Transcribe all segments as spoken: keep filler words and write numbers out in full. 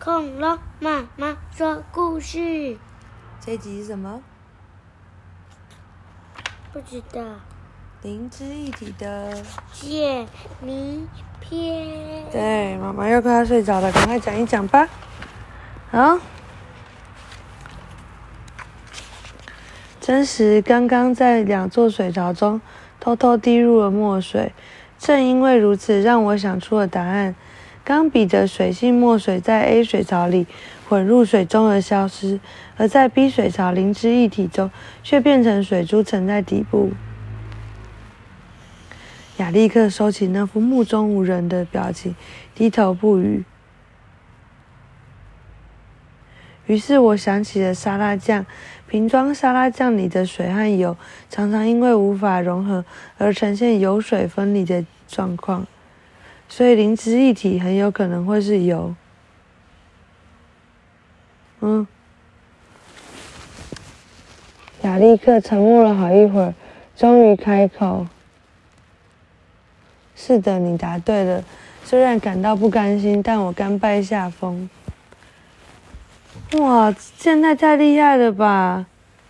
恐龙妈妈说故事。 这一集是什么？ 不知道。 灵之一体的解谜篇。 对，妈妈又快要睡着了，赶快讲一讲吧。好，真实刚刚在两座水槽中偷偷滴入了墨水，正因为如此，让我想出了答案。刚比着水性墨水在 A 水槽里混入水中而消失，而在 B 水槽灵之一体中却变成水珠沉在底部。亚历克收起那副目中无人的表情，低头不语。于是我想起了沙拉酱，瓶装沙拉酱里的水和油常常因为无法融合而呈现油水分离的状况，所以灵之一体很有可能会是油。嗯，亚历克沉默了好一会儿，终于开口。是的，你答对了。虽然感到不甘心，但我甘拜下风。哇，健太太厉害了吧！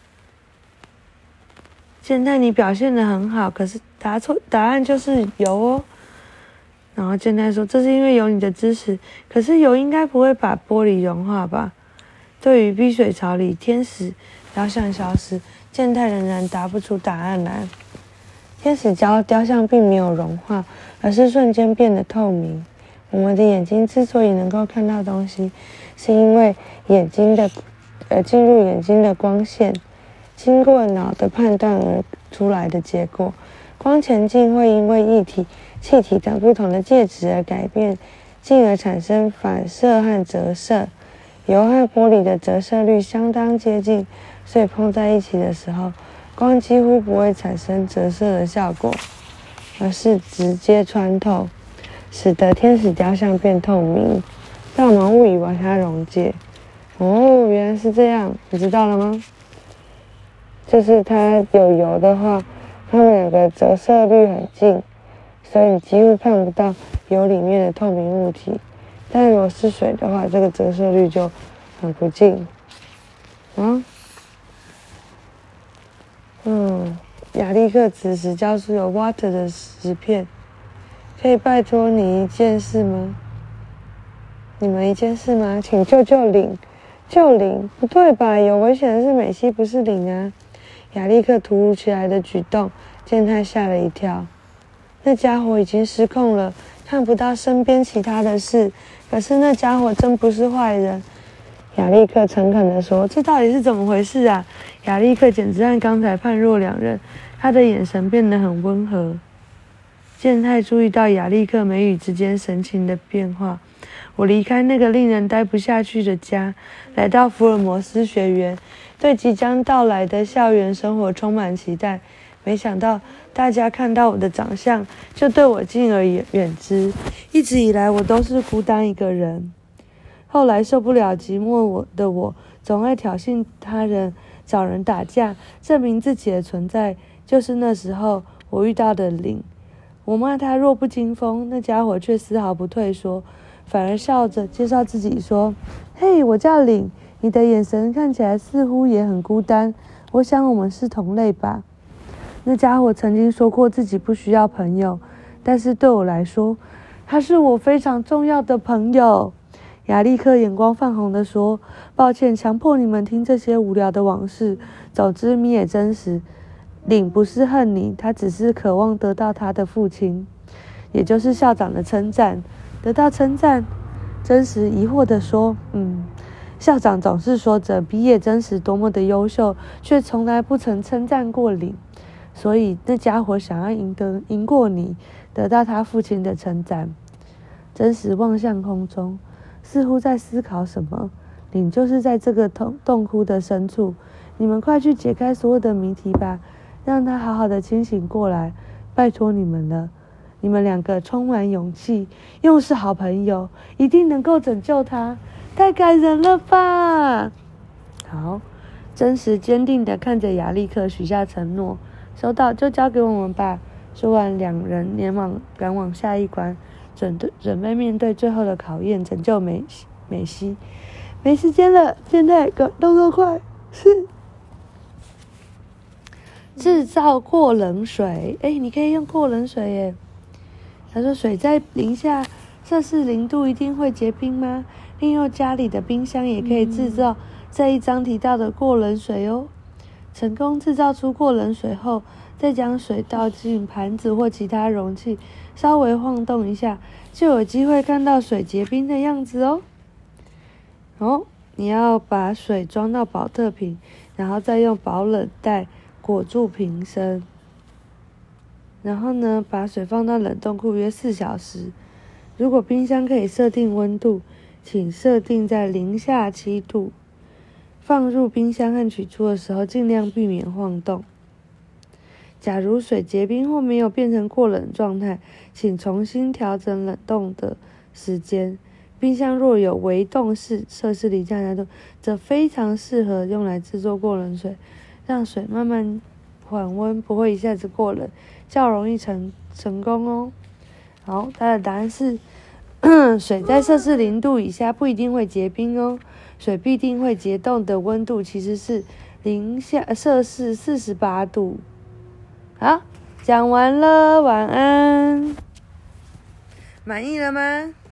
健太，你表现得很好，可是答错答案就是油哦。然后健太说：“这是因为有你的支持，可是油应该不会把玻璃融化吧？”对于碧水槽里天使雕像消失，健太仍然答不出答案来。天使雕雕像并没有融化，而是瞬间变得透明。我们的眼睛之所以能够看到东西，是因为眼睛的呃进入眼睛的光线，经过脑的判断而出来的结果。光前进会因为液体、气体等不同的介质而改变，进而产生反射和折射。油和玻璃的折射率相当接近，所以碰在一起的时候，光几乎不会产生折射的效果，而是直接穿透，使得天使雕像变透明，让我们误以为它溶解。哦，原来是这样，你知道了吗？就是它有油的话，它们两个折射率很近，所以你几乎看不到油里面的透明物体。但如果是水的话，这个折射率就很不近。啊？嗯，亚历克此时交出有 water 的石片，可以拜托你一件事吗？你们一件事吗？请救救领，救领，不对吧？有危险的是美西，不是领啊！亚历克突如其来的举动，健太吓了一跳。那家伙已经失控了，看不到身边其他的事。可是那家伙真不是坏人。亚历克诚恳地说：“这到底是怎么回事啊？”亚历克简直和刚才判若两人，他的眼神变得很温和。健太注意到亚历克眉宇之间神情的变化。我离开那个令人待不下去的家，来到福尔摩斯学园，对即将到来的校园生活充满期待。没想到大家看到我的长相，就对我敬而远之。一直以来，我都是孤单一个人。后来受不了寂寞我的我，总爱挑衅他人，找人打架，证明自己的存在。就是那时候，我遇到的领，我骂他弱不禁风，那家伙却丝毫不退缩，反而笑着介绍自己说：“嘿，我叫领，你的眼神看起来似乎也很孤单，我想我们是同类吧。”那家伙曾经说过自己不需要朋友，但是对我来说，他是我非常重要的朋友。亚历克眼光泛红地说：“抱歉，强迫你们听这些无聊的往事。总之，米也真实。领不是恨你，他只是渴望得到他的父亲，也就是校长的称赞。得到称赞？”真实疑惑地说：“嗯，校长总是说着比野真实多么的优秀，却从来不曾称赞过领。所以那家伙想要赢得赢过你，得到他父亲的称赞。”真实望向空中，似乎在思考什么。领就是在这个洞洞窟的深处，你们快去解开所有的谜题吧，让他好好的清醒过来，拜托你们了。你们两个充满勇气，又是好朋友，一定能够拯救他。太感人了吧！好，真实坚定地看着亚历克许下承诺。收到，就交给我们吧。说完，两人连忙赶往下一关，准准备面对最后的考验，拯救美美西，没时间了，现在个动作快，是制造过冷水。哎，你可以用过冷水耶。他说水在零下摄氏零度一定会结冰吗？利用家里的冰箱也可以制造这一章提到的过冷水哦。成功制造出过冷水后，再将水倒进盘子或其他容器，稍微晃动一下，就有机会看到水结冰的样子哦。哦，你要把水装到保特瓶，然后再用保冷袋裹住瓶身。然后呢，把水放到冷冻库约四小时。如果冰箱可以设定温度，请设定在零下七度。放入冰箱和取出的时候，尽量避免晃动。假如水结冰或没有变成过冷状态，请重新调整冷冻的时间。冰箱若有微动式摄氏零下三度，则非常适合用来制作过冷水，让水慢慢缓温，不会一下子过冷，较容易成成功哦。好，它的答案是水在摄氏零度以下不一定会结冰哦，水必定会结冻的温度其实是零下摄氏四十八度。好，讲完了，晚安。满意了吗？